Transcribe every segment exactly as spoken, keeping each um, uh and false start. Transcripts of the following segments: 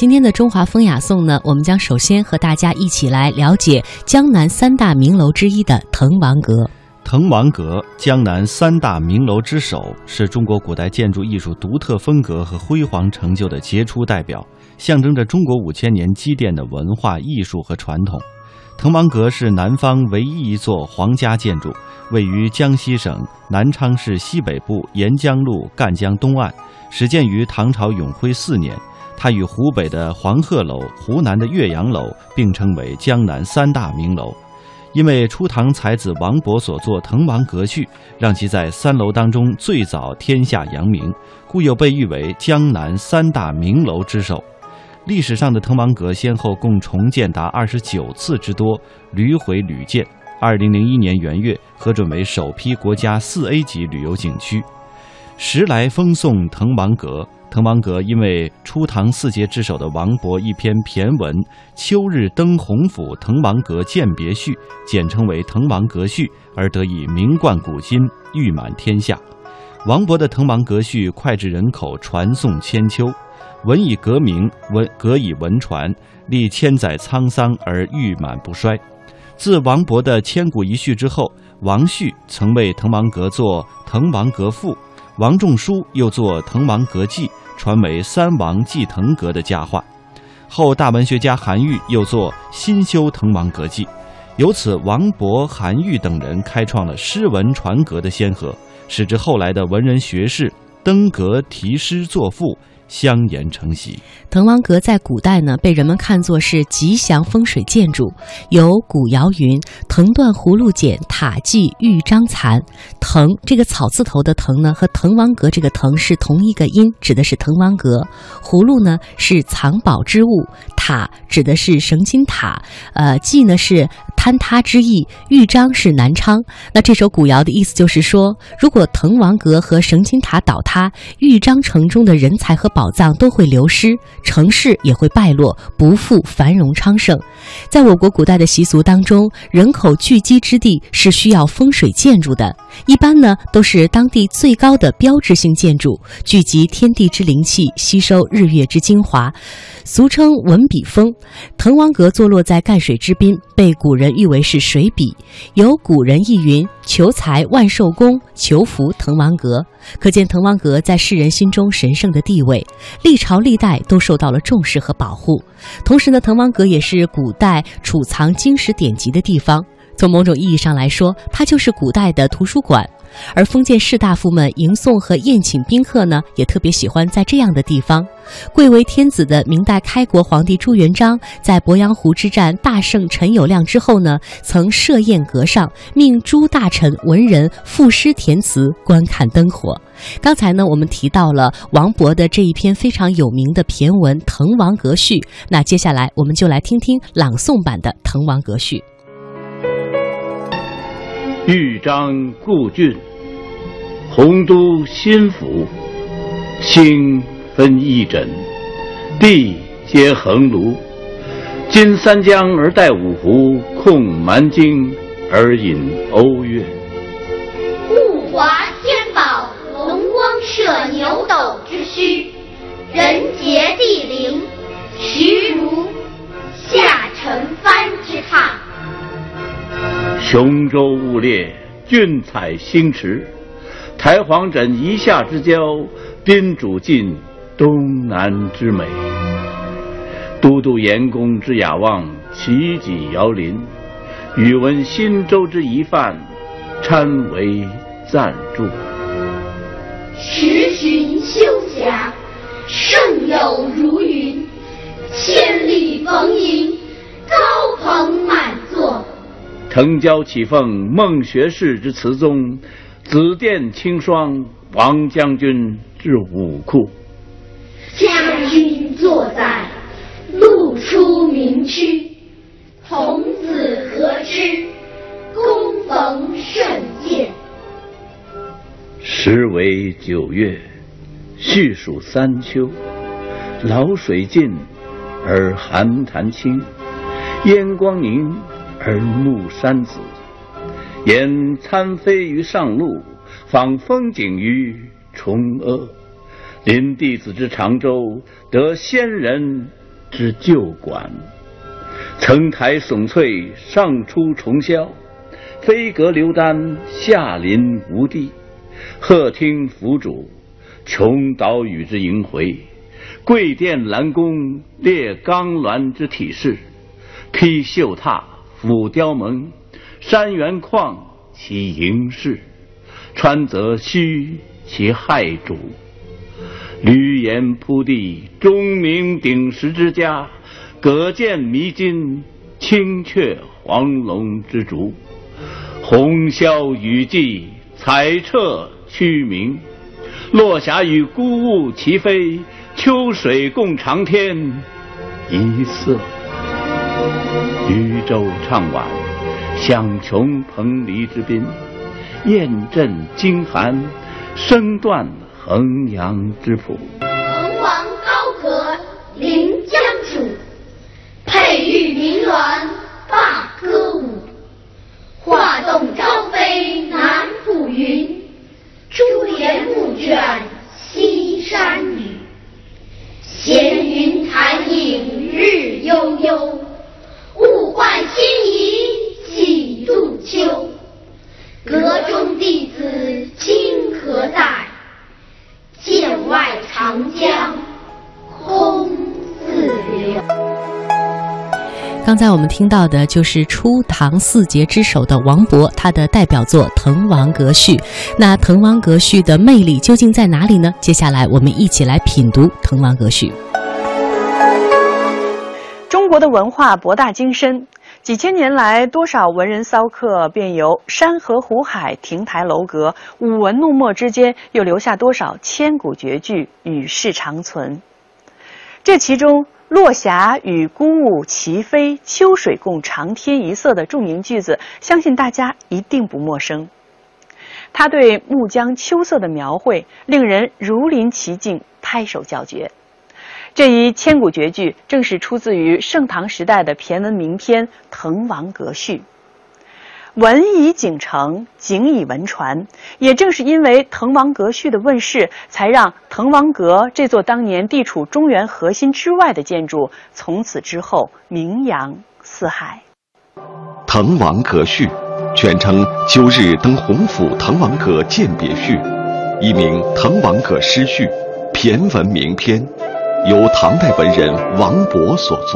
今天的中华风雅颂呢，我们将首先和大家一起来了解江南三大名楼之一的滕王阁。 滕王阁，江南三大名楼之首，是中国古代建筑艺术独特风格和辉煌成就的杰出代表，象征着中国五千年积淀的文化艺术和传统。滕王阁是南方唯一一座皇家建筑，位于江西省南昌市西北部沿江路赣江东岸，始建于唐朝永徽四年。它与湖北的黄鹤楼、湖南的岳阳楼并称为江南三大名楼。因为初唐才子王勃所作滕王阁序，让其在三楼当中最早天下扬名，故又被誉为江南三大名楼之首。历史上的滕王阁先后共重建达二十九次之多，屡毁屡建。二零零一年元月核准为首批国家四 A 级旅游景区。时来风颂滕王阁，滕王阁因为初唐四杰之首的王勃一篇骈文《秋日登洪府滕王阁饯别序》，简称为滕王阁序，而得以名冠古今，誉满天下。王勃的滕王阁序脍炙人口，传颂千秋，文以阁名，文阁以文传，历千载沧桑而誉满不衰。自王勃的千古一序之后，王旭曾为滕王阁作《滕王阁赋》，王仲舒又作《滕王阁记》，传为三王祭滕阁的佳话。后大文学家韩愈又作《新修滕王阁记》，由此王勃、韩愈等人开创了诗文传阁的先河，使之后来的文人学士登阁题诗作赋，相沿成习。 滕王阁在古代呢，被人们看作是吉祥风水建筑。有古谣云：藤断葫芦剪，塔记玉章残。藤这个草字头的藤呢，和滕王阁这个藤是同一个音，指的是滕王阁。葫芦呢是藏宝之物，塔指的是绳金塔，呃，记呢是坍塌之意，玉章是南昌。那这首古谣的意思就是说，如果滕王阁和绳金塔倒塌，玉章城中的人才和宝藏都会流失，城市也会败落，不复繁荣昌盛。在我国古代的习俗当中，人口聚集之地是需要风水建筑的，一般呢都是当地最高的标志性建筑，聚集天地之灵气，吸收日月之精华，俗称文笔峰。滕王阁坐落在赣水之滨，被古人誉为是水笔。有古人意云：求财万寿宫，求福滕王阁。可见滕王阁在世人心中神圣的地位，历朝历代都受到了重视和保护。同时呢，滕王阁也是古代储藏经史典籍的地方，从某种意义上来说，它就是古代的图书馆。而封建士大夫们迎送和宴请宾客呢，也特别喜欢在这样的地方。贵为天子的明代开国皇帝朱元璋在鄱阳湖之战大胜陈友谅之后呢，曾设宴阁上，命诸大臣文人赋诗填词，观看灯火。刚才呢，我们提到了王勃的这一篇非常有名的骈文《滕王阁序》，那接下来我们就来听听朗诵版的《滕王阁序》。 豫章故郡，洪都新府，星分翼轸，地接衡庐。襟三江而带五湖，控蛮荆而引瓯越。 物华天宝，龙光射牛斗之墟，人杰地灵，实如下沉帆之榻。 雄州雾列，俊采星驰，台隍枕夷夏之交，宾主尽东南之美。都督阎公之雅望，齐己遥临，宇文新州之遗范，参为赞助。 时寻修甲，胜友如云，千里逢迎，高朋满座。 腾蛟起凤，孟学士之词宗，紫殿清霜，王将军之武库。 家君坐在路出名区，童子何知，恭逢圣鉴。 时为九月，序属三秋，潦水尽而寒潭清，烟光凝而暮山紫。言参飞于上路，访风景于崇阿。临弟子之长洲，得仙人之旧馆。层台耸翠，上出重霄；飞阁流丹，下临无地。鹤听凫渚，琼岛屿之萦回。桂殿兰宫，列冈峦之体势。披绣闼，俯雕甍，山原旷，其盈视。川泽虚，其骇瞩。闾阎铺地，钟鸣鼎食之家。葛剑弥金，青雀黄龙之竹。红绡羽髻，彩彻区明。落霞与孤鹜齐飞，秋水共长天一色。渔舟唱晚，响穷彭蠡之滨；雁阵惊寒，声断衡阳之浦。 滕王高阁临江渚，佩玉鸣鸾罢歌舞。画栋朝飞南浦云，珠帘暮卷西山雨。闲云潭影日悠悠，物换星移几度秋。阁中弟子今何在？剑外长江空自流。 刚才我们听到的就是初唐四杰之首的王勃，他的代表作《滕王阁序》。那《滕王阁序》的魅力究竟在哪里呢？接下来我们一起来品读《滕王阁序》。 中国的文化博大精深，几千年来，多少文人骚客便由山河湖海、亭台楼阁、舞文弄墨之间，又留下多少千古绝句，与世长存。这其中，落霞与孤鹜齐飞，秋水共长天一色的著名句子，相信大家一定不陌生。他对暮江秋色的描绘，令人如临其境，拍手叫绝。这一千古绝句正是出自于盛唐时代的骈文名篇《滕王阁序》。文以景成，景以文传，也正是因为《滕王阁序》的问世，才让滕王阁这座当年地处中原核心之外的建筑，从此之后名扬四海。 滕王阁序，全称九日登洪府滕王阁饯别序，一名滕王阁诗序，骈文名篇，由唐代文人王勃所作。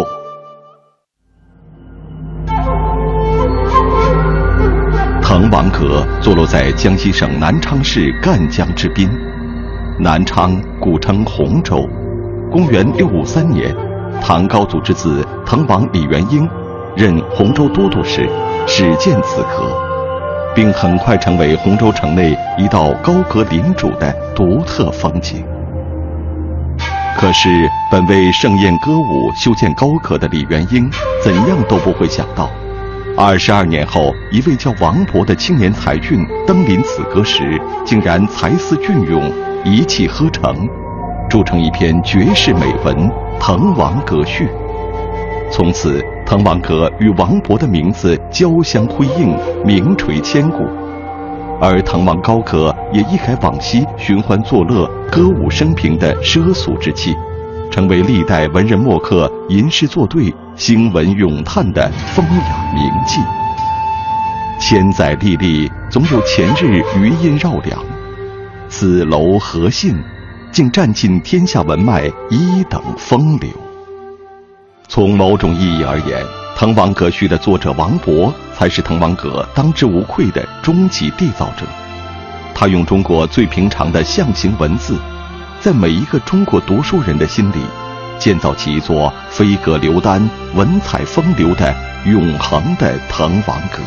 滕王阁坐落在江西省南昌市赣江之滨。南昌古称洪州。公元六五三年，唐高祖之子滕王李元婴任洪州都督时，始建此阁，并很快成为洪州城内一道高阁临渚的独特风景。可是，本为盛宴歌舞、修建高阁的李元婴，怎样都不会想到，二十二年后，一位叫王勃的青年才俊登临此阁时，竟然才思隽永，一气呵成，铸成一篇绝世美文《滕王阁序》。从此，滕王阁与王勃的名字交相辉映，名垂千古。而滕王高阁也一改往昔寻欢作乐、歌舞升平的奢俗之气，成为历代文人墨客吟诗作对、兴文咏叹的风雅名妓。千载历历，总有前日余音绕梁。此楼何信，竟占尽天下文脉一等风流。从某种意义而言，滕王阁序的作者王勃才是滕王阁当之无愧的终极缔造者。他用中国最平常的象形文字，在每一个中国读书人的心里，建造起一座飞阁流丹、文采风流的永恒的滕王阁。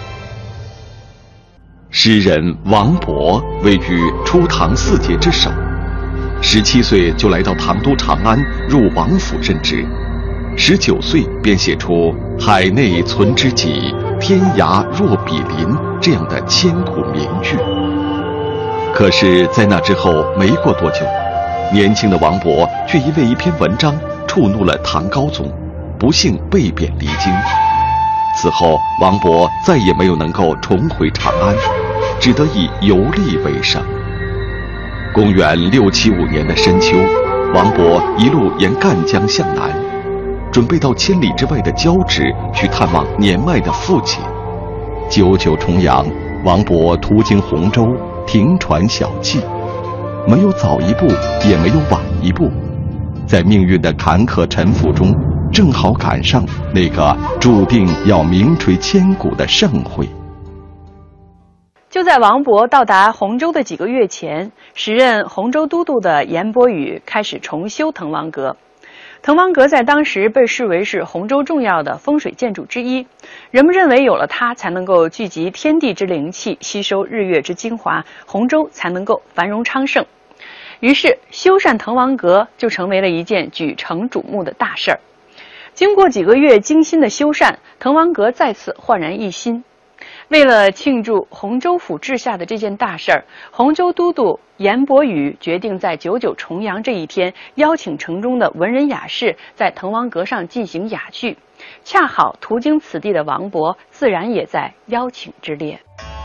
诗人王勃位居初唐四杰之首，十七岁就来到唐都长安，入王府任职。十九岁便写出“海内存知己，天涯若比邻”这样的千古名句。可是，在那之后没过多久，年轻的王勃却因为一篇文章触怒了唐高宗，不幸被贬离京。此后，王勃再也没有能够重回长安，只得以游历为生。公元六七五年的深秋，王勃一路沿赣江向南， 准备到千里之外的交趾去探望年迈的父亲。九九重阳，王勃途经洪州，停船小憩，没有早一步，也没有晚一步，在命运的坎坷沉浮中，正好赶上那个注定要名垂千古的盛会。 就在王勃到达洪州的几个月前，时任洪州都督的严伯宇开始重修滕王阁。滕王阁在当时被视为是洪州重要的风水建筑之一，人们认为有了它才能够聚集天地之灵气，吸收日月之精华，洪州才能够繁荣昌盛。于是修缮滕王阁就成为了一件举城瞩目的大事儿。经过几个月精心的修缮，滕王阁再次焕然一新。为了庆祝洪州府治下的这件大事儿，洪州都督严伯宇决定在九九重阳这一天，邀请城中的文人雅士在滕王阁上进行雅聚。恰好途经此地的王勃，自然也在邀请之列。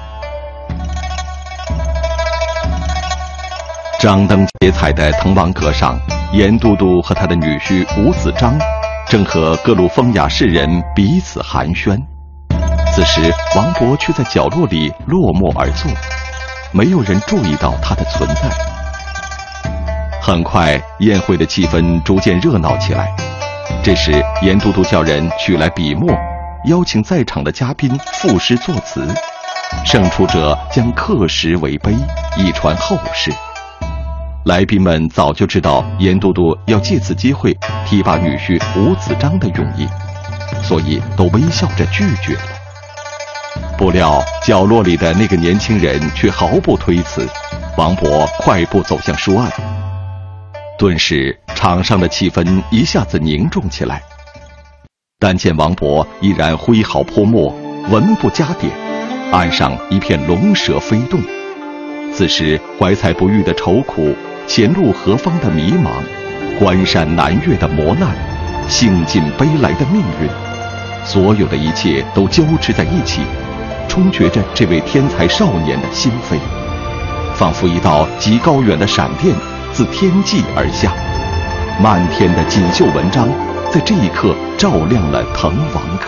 张灯结彩的滕王阁上，严都督和他的女婿吴子章正和各路风雅士人彼此寒暄。此时王勃却在角落里落寞而坐，没有人注意到他的存在。很快宴会的气氛逐渐热闹起来。这时严都督叫人取来笔墨，邀请在场的嘉宾赋诗作词，胜出者将刻石为碑，以传后世。来宾们早就知道严都督要借此机会提拔女婿吴子章的用意，所以都微笑着拒绝了。不料角落里的那个年轻人却毫不推辞，王勃快步走向书案。顿时场上的气氛一下子凝重起来。但见王勃依然挥毫泼墨，文不加点，岸上一片龙蛇飞动。此时怀才不遇的愁苦，前路何方的迷茫，关山难越的磨难，兴尽悲来的命运，所有的一切都交织在一起，冲决着这位天才少年的心扉，仿佛一道极高远的闪电自天际而下，漫天的锦绣文章在这一刻照亮了滕王阁。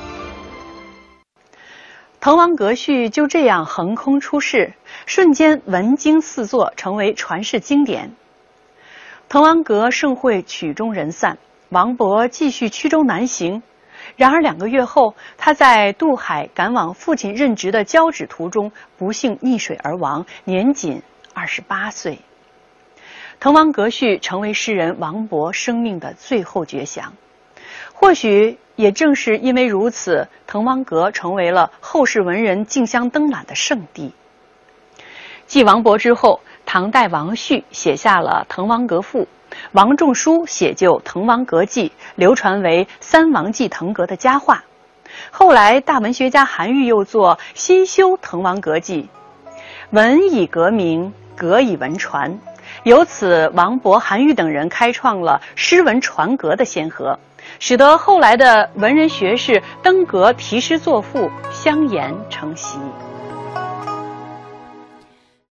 滕王阁序就这样横空出世，瞬间文经四作，成为传世经典。滕王阁盛会曲终人散，王勃继续驱舟南行。然而两个月后，他在渡海赶往父亲任职的交趾途中不幸溺水而亡，年仅二十八岁。滕王阁序成为诗人王勃生命的最后绝响。或许也正是因为如此，滕王阁成为了后世文人竞相登览的圣地。继王勃之后，唐代王旭写下了《滕王阁赋》，王仲舒写就《滕王阁记》，流传为三王祭滕阁的佳话。后来大文学家韩愈又作《新修滕王阁记》，文以阁名，阁以文传。由此，王勃、韩愈等人开创了诗文传阁的先河，使得后来的文人学士登阁题诗作赋，相沿成习。